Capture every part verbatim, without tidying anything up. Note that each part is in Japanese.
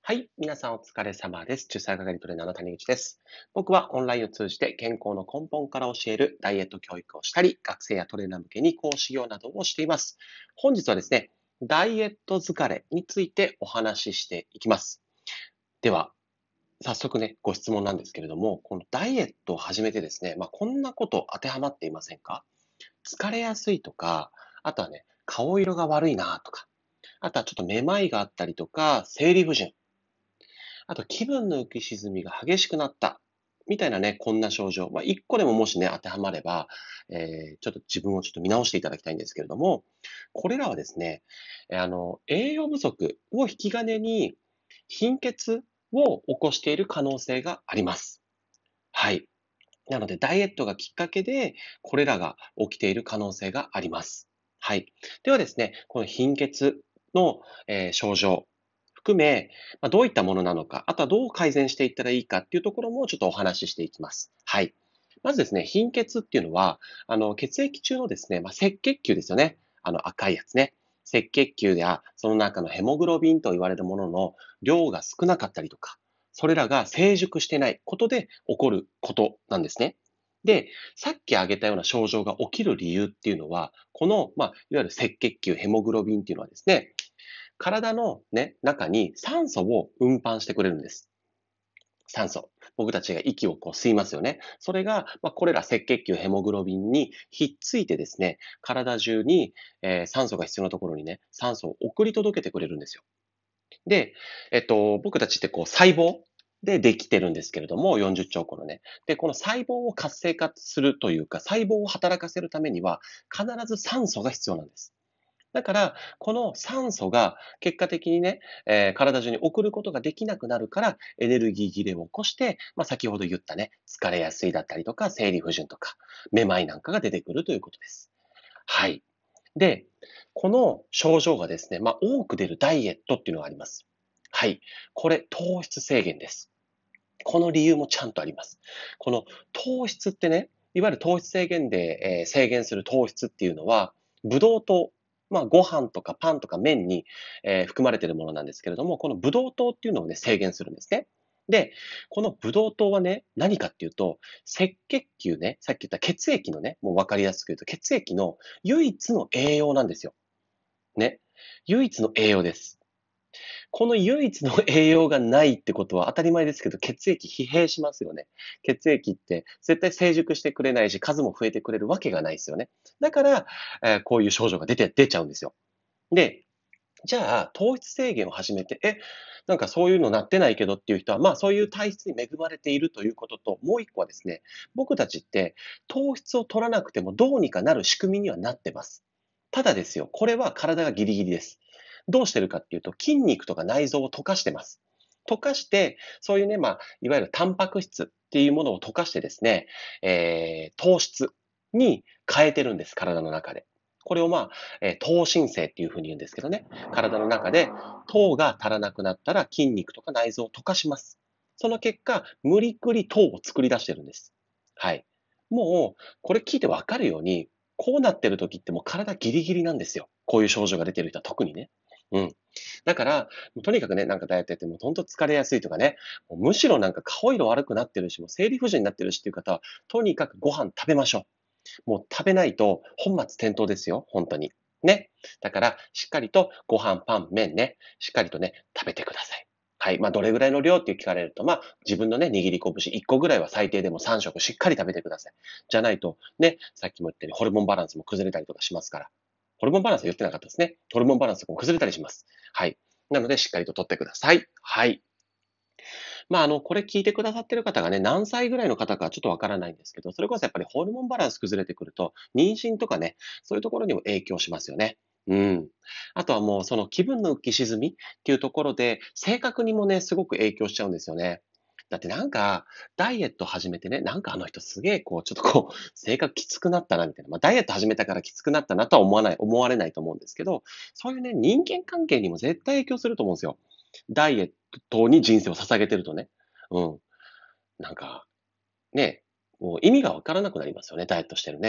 はい。皆さんお疲れ様です。中歳係トレーナーの谷口です。僕はオンラインを通じて健康の根本から教えるダイエット教育をしたり、学生やトレーナー向けに講師業などをしています。本日はですね、ダイエット疲れについてお話ししていきます。では、早速ね、ご質問なんですけれども、このダイエットを始めてですね、まあ、こんなこと当てはまっていませんか？疲れやすいとか、あとはね、顔色が悪いなとか、あとはちょっとめまいがあったりとか、生理不順、あと気分の浮き沈みが激しくなった。みたいなね、こんな症状。まあ、一個でももしね、当てはまれば、えー、ちょっと自分をちょっと見直していただきたいんですけれども、これらはですね、えーあの、栄養不足を引き金に貧血を起こしている可能性があります。はい。なので、ダイエットがきっかけで、これらが起きている可能性があります。はい。ではですね、この貧血の、えー症状含め、まあ、どういったものなのか、あとはどう改善していったらいいかっていうところもちょっとお話ししていきます。はい。まずですね、貧血っていうのは、あの、血液中のですね、まあ、赤血球ですよね。あの、赤いやつね。赤血球や、その中のヘモグロビンと言われるものの量が少なかったりとか、それらが成熟してないことで起こることなんですね。で、さっき挙げたような症状が起きる理由っていうのは、この、まあ、いわゆる赤血球、ヘモグロビンっていうのはですね、体のね、中に酸素を運搬してくれるんです。酸素。僕たちが息をこう吸いますよね。それが、まあ、これら赤血球ヘモグロビンにひっついてですね、体中に、えー酸素が必要なところにね、酸素を送り届けてくれるんですよ。で、えっと、僕たちってこう細胞でできてるんですけれども、よんじゅっちょう個のね。で、この細胞を活性化するというか、細胞を働かせるためには、必ず酸素が必要なんです。だから、この酸素が結果的にね、えー体中に送ることができなくなるから、エネルギー切れを起こして、まあ、先ほど言ったね、疲れやすいだったりとか、生理不順とか、めまいなんかが出てくるということです。はい。で、この症状がですね、まあ、多く出るダイエットっていうのがあります。はい。これ、糖質制限です。この理由もちゃんとあります。この糖質ってね、いわゆる糖質制限で、えー制限する糖質っていうのは、ブドウ糖、まあ、ご飯とかパンとか麺に、えー含まれているものなんですけれども、このブドウ糖っていうのをね、制限するんですね。で、このブドウ糖はね、何かっていうと、赤血球ね、さっき言った血液のね、もう分かりやすく言うと、血液の唯一の栄養なんですよ。ね。唯一の栄養です。この唯一の栄養がないってことは当たり前ですけど、血液疲弊しますよね。血液って絶対成熟してくれないし、数も増えてくれるわけがないですよね。だから、えーこういう症状が出て、出ちゃうんですよ。で、じゃあ、糖質制限を始めて、え、なんかそういうのなってないけどっていう人は、まあそういう体質に恵まれているということと、もう一個はですね、僕たちって糖質を取らなくてもどうにかなる仕組みにはなってます。ただですよ、これは体がギリギリです。どうしてるかっていうと、筋肉とか内臓を溶かしてます。溶かして、そういうね、まあ、いわゆるタンパク質っていうものを溶かしてですね、えー、糖質に変えてるんです、体の中で。これをまあ、えー糖新生っていうふうに言うんですけどね、体の中で糖が足らなくなったら筋肉とか内臓を溶かします。その結果、無理くり糖を作り出してるんです。はい。もう、これ聞いてわかるように、こうなってる時ってもう体ギリギリなんですよ。こういう症状が出てる人は特にね。うん。だから、もうとにかくね、なんかダイエットやってもほんと疲れやすいとかね、もうむしろなんか顔色悪くなってるし、もう生理不順になってるしっていう方は、とにかくご飯食べましょう。もう食べないと本末転倒ですよ、本当に。ね。だから、しっかりとご飯、パン、麺ね、しっかりとね、食べてください。はい。まあ、どれぐらいの量って聞かれると、まあ、自分のね、握り拳いっこぐらいは最低でもさん食しっかり食べてください。じゃないと、ね、さっきも言ったようにホルモンバランスも崩れたりとかしますから。ホルモンバランスは言ってなかったですね。ホルモンバランスも崩れたりします。はい。なので、しっかりと取ってください。はい。まあ、あの、これ聞いてくださってる方がね、何歳ぐらいの方かちょっとわからないんですけど、それこそやっぱりホルモンバランス崩れてくると、妊娠とかね、そういうところにも影響しますよね。うん。あとはもうその気分の浮き沈みっていうところで、性格にもね、すごく影響しちゃうんですよね。だってなんか、ダイエット始めてね、なんかあの人すげえこう、ちょっとこう、性格きつくなったなみたいな。まあ、ダイエット始めたからきつくなったなとは思わない、思われないと思うんですけど、そういうね、人間関係にも絶対影響すると思うんですよ。ダイエットに人生を捧げてるとね。うん。なんか、ね、もう意味がわからなくなりますよね、ダイエットしてるね。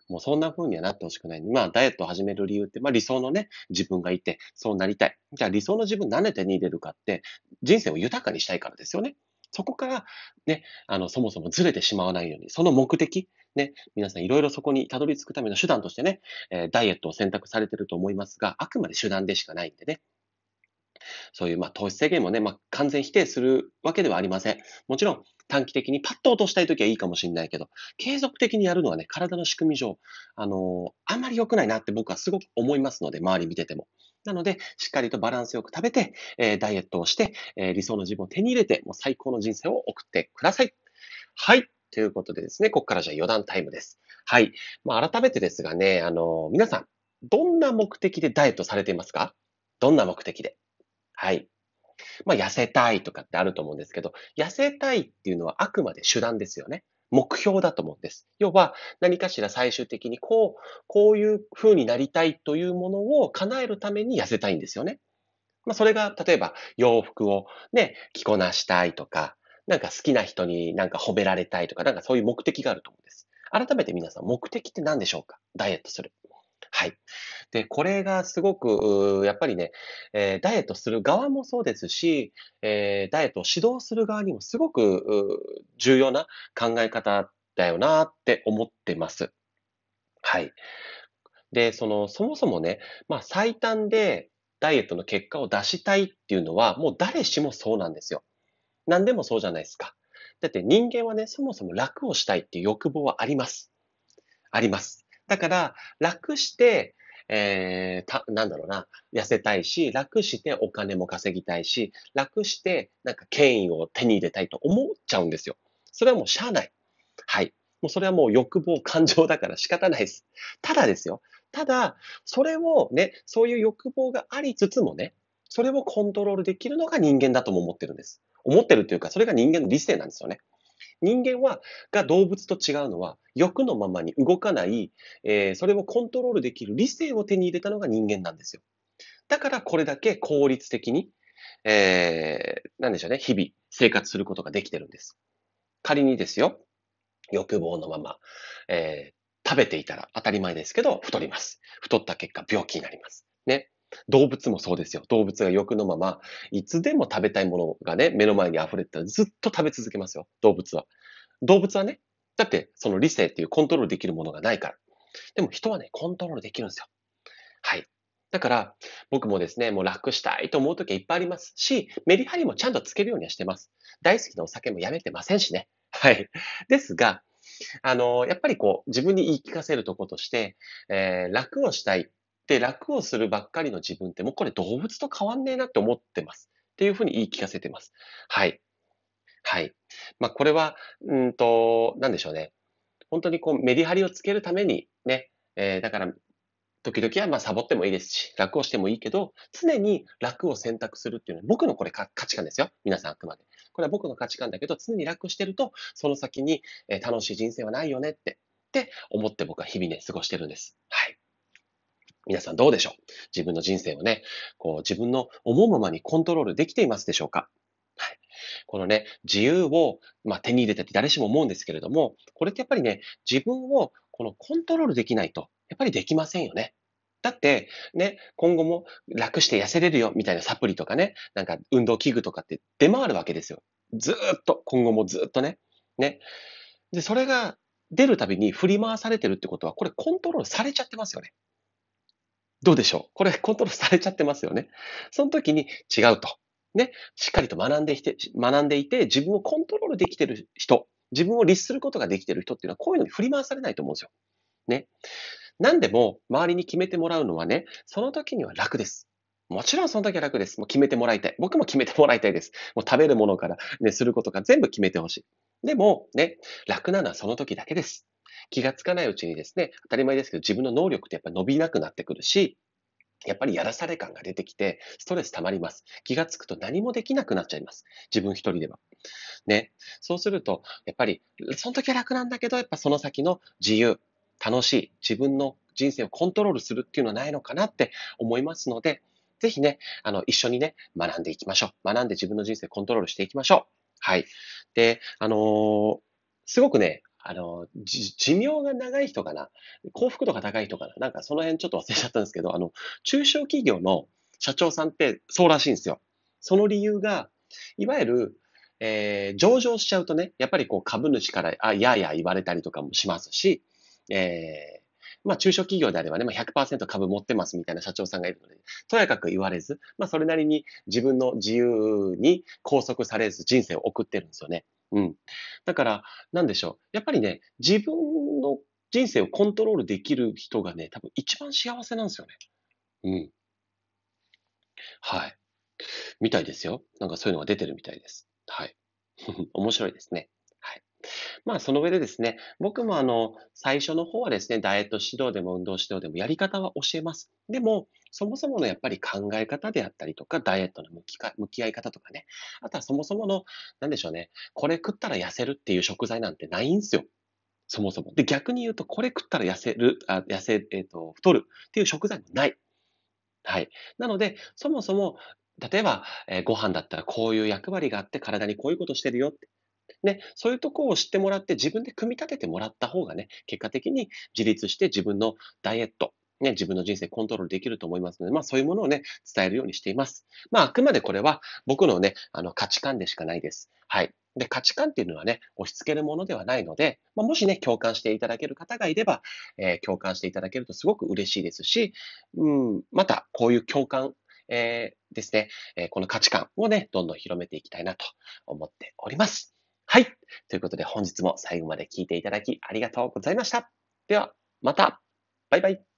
もうそんな風にはなってほしくない。まあ、ダイエットを始める理由って、まあ理想のね、自分がいて、そうなりたい。じゃあ理想の自分何で手に入れるかって、人生を豊かにしたいからですよね。そこから、ね、あの、そもそもずれてしまわないように、その目的、ね、皆さんいろいろそこにたどり着くための手段としてね、えーダイエットを選択されてると思いますが、あくまで手段でしかないんでね、そういう、まあ、糖質制限もね、まあ、完全否定するわけではありません。もちろん、短期的にパッと落としたいときはいいかもしれないけど、継続的にやるのはね、体の仕組み上、あのーあんまり良くないなって僕はすごく思いますので、周り見てても。なので、しっかりとバランスよく食べて、えーダイエットをして、えー理想の自分を手に入れて、もう最高の人生を送ってください。はい。ということでですね、ここからじゃあ余談タイムです。はい。まあ、改めてですがね、あのー皆さん、どんな目的でダイエットされていますか？どんな目的で？はい。まあ、痩せたいとかってあると思うんですけど、痩せたいっていうのはあくまで手段ですよね。目標だと思うんです。要は、何かしら最終的にこう、こういう風になりたいというものを叶えるために痩せたいんですよね。まあ、それが、例えば洋服をね、着こなしたいとか、なんか好きな人になんか褒められたいとか、なんかそういう目的があると思うんです。改めて皆さん、目的って何でしょうか？ダイエットする。はい。で、これがすごく、うやっぱりね、えーダイエットする側もそうですし、えーダイエットを指導する側にもすごく、う重要な考え方だよなって思ってます。はい。で、その、そもそもね、まあ、最短でダイエットの結果を出したいっていうのは、もう誰しもそうなんですよ。何でもそうじゃないですか。だって人間はね、そもそも楽をしたいっていう欲望はあります。あります。だから、楽して、えー、た、なんだろうな、痩せたいし、楽してお金も稼ぎたいし、楽して、なんか権威を手に入れたいと思っちゃうんですよ。それはもうしゃあない。はい。もうそれはもう欲望、感情だから仕方ないです。ただですよ。ただ、それをね、そういう欲望がありつつもね、それをコントロールできるのが人間だとも思ってるんです。思ってるっていうか、それが人間の理性なんですよね。人間は、が動物と違うのは、欲のままに動かない、えーそれをコントロールできる理性を手に入れたのが人間なんですよ。だからこれだけ効率的に、えー、なんでしょうね、日々生活することができてるんです。仮にですよ、欲望のまま、えー食べていたら当たり前ですけど、太ります。太った結果、病気になります。ね。動物もそうですよ。動物が欲のまま、いつでも食べたいものがね、目の前に溢れてたらずっと食べ続けますよ。動物は。動物はね、だってその理性っていうコントロールできるものがないから。でも人はね、コントロールできるんですよ。はい。だから、僕もですね、もう楽したいと思う時はいっぱいありますし、メリハリもちゃんとつけるようにはしてます。大好きなお酒もやめてませんしね。はい。ですが、あの、やっぱりこう、自分に言い聞かせるとことして、えー楽をしたいって楽をするばっかりの自分ってもうこれ動物と変わんねえなって思ってます。っていうふうに言い聞かせてます。はい。はい。まあ、これは、うんと、なんでしょうね。本当にこうメリハリをつけるためにね、えーだから時々はまあサボってもいいですし、楽をしてもいいけど、常に楽を選択するっていうのは僕のこれか価値観ですよ。皆さんあくまで。これは僕の価値観だけど、常に楽してると、その先に、えー楽しい人生はないよねって、って思って僕は日々ね、過ごしてるんです。はい。皆さんどうでしょう？自分の人生をね、こう自分の思うままにコントロールできていますでしょうか？はい。このね、自由を、まあ、手に入れたって誰しも思うんですけれども、これってやっぱりね、自分をこのコントロールできないと、やっぱりできませんよね。だって、ね、今後も楽して痩せれるよみたいなサプリとかね、なんか運動器具とかって出回るわけですよ。ずーっと、今後もずーっとね。ね。で、それが出るたびに振り回されてるってことは、これコントロールされちゃってますよね。どうでしょう？これコントロールされちゃってますよね。その時に違うと。ね。しっかりと学んでいて、学んでいて、自分をコントロールできてる人、自分を律することができてる人っていうのは、こういうのに振り回されないと思うんですよ。ね。何でも周りに決めてもらうのはね、その時には楽です。もちろんその時は楽です。もう決めてもらいたい。僕も決めてもらいたいです。もう食べるものからね、することから全部決めてほしい。でも、ね、楽なのはその時だけです。気がつかないうちにですね、当たり前ですけど、自分の能力ってやっぱ伸びなくなってくるし、やっぱりやらされ感が出てきて、ストレス溜まります。気がつくと何もできなくなっちゃいます。自分一人では。ね。そうすると、やっぱり、その時は楽なんだけど、やっぱその先の自由、楽しい、自分の人生をコントロールするっていうのはないのかなって思いますので、ぜひね、あの、一緒にね、学んでいきましょう。学んで自分の人生コントロールしていきましょう。はい。で、あのーすごくね、 あの、じ寿命が長い人かな、幸福度が高い人かな、なんかその辺ちょっと忘れちゃったんですけど、あの、中小企業の社長さんってそうらしいんですよ。その理由が、いわゆる、えー上場しちゃうとね、やっぱりこう株主から、あ、やや言われたりとかもしますし、えーまあ中小企業であればね、まあ、ひゃくパーセント株持ってますみたいな社長さんがいるので、とやかく言われず、まあそれなりに自分の自由に拘束されず人生を送ってるんですよね。うん。だから、なんでしょう。やっぱりね、自分の人生をコントロールできる人がね、多分一番幸せなんですよね。うん。はい。みたいですよ。なんかそういうのが出てるみたいです。はい。面白いですね。はい。まあ、その上でですね、僕もあの、最初の方はですね、ダイエット指導でも運動指導でもやり方は教えます。でも、そもそものやっぱり考え方であったりとか、ダイエットの向きか向き合い方とかね、あとはそもそもの、なんでしょうね、これ食ったら痩せるっていう食材なんてないんですよ。そもそも。で、逆に言うと、これ食ったら痩せる、あ、痩せ、えっと、太るっていう食材もない。はい。なので、そもそも、例えば、えーご飯だったらこういう役割があって、体にこういうことしてるよって。ね、そういうところを知ってもらって、自分で組み立ててもらった方がね、結果的に自立して自分のダイエット、ね、自分の人生コントロールできると思いますので、まあそういうものをね、伝えるようにしています。まああくまでこれは僕のね、あの価値観でしかないです。はい。で、価値観っていうのはね、押し付けるものではないので、まあ、もしね、共感していただける方がいれば、えー共感していただけるとすごく嬉しいですし、うん、またこういう共感、えーですね、えーこの価値観をね、どんどん広めていきたいなと思っております。はい。ということで本日も最後まで聞いていただきありがとうございました。では、また。バイバイ。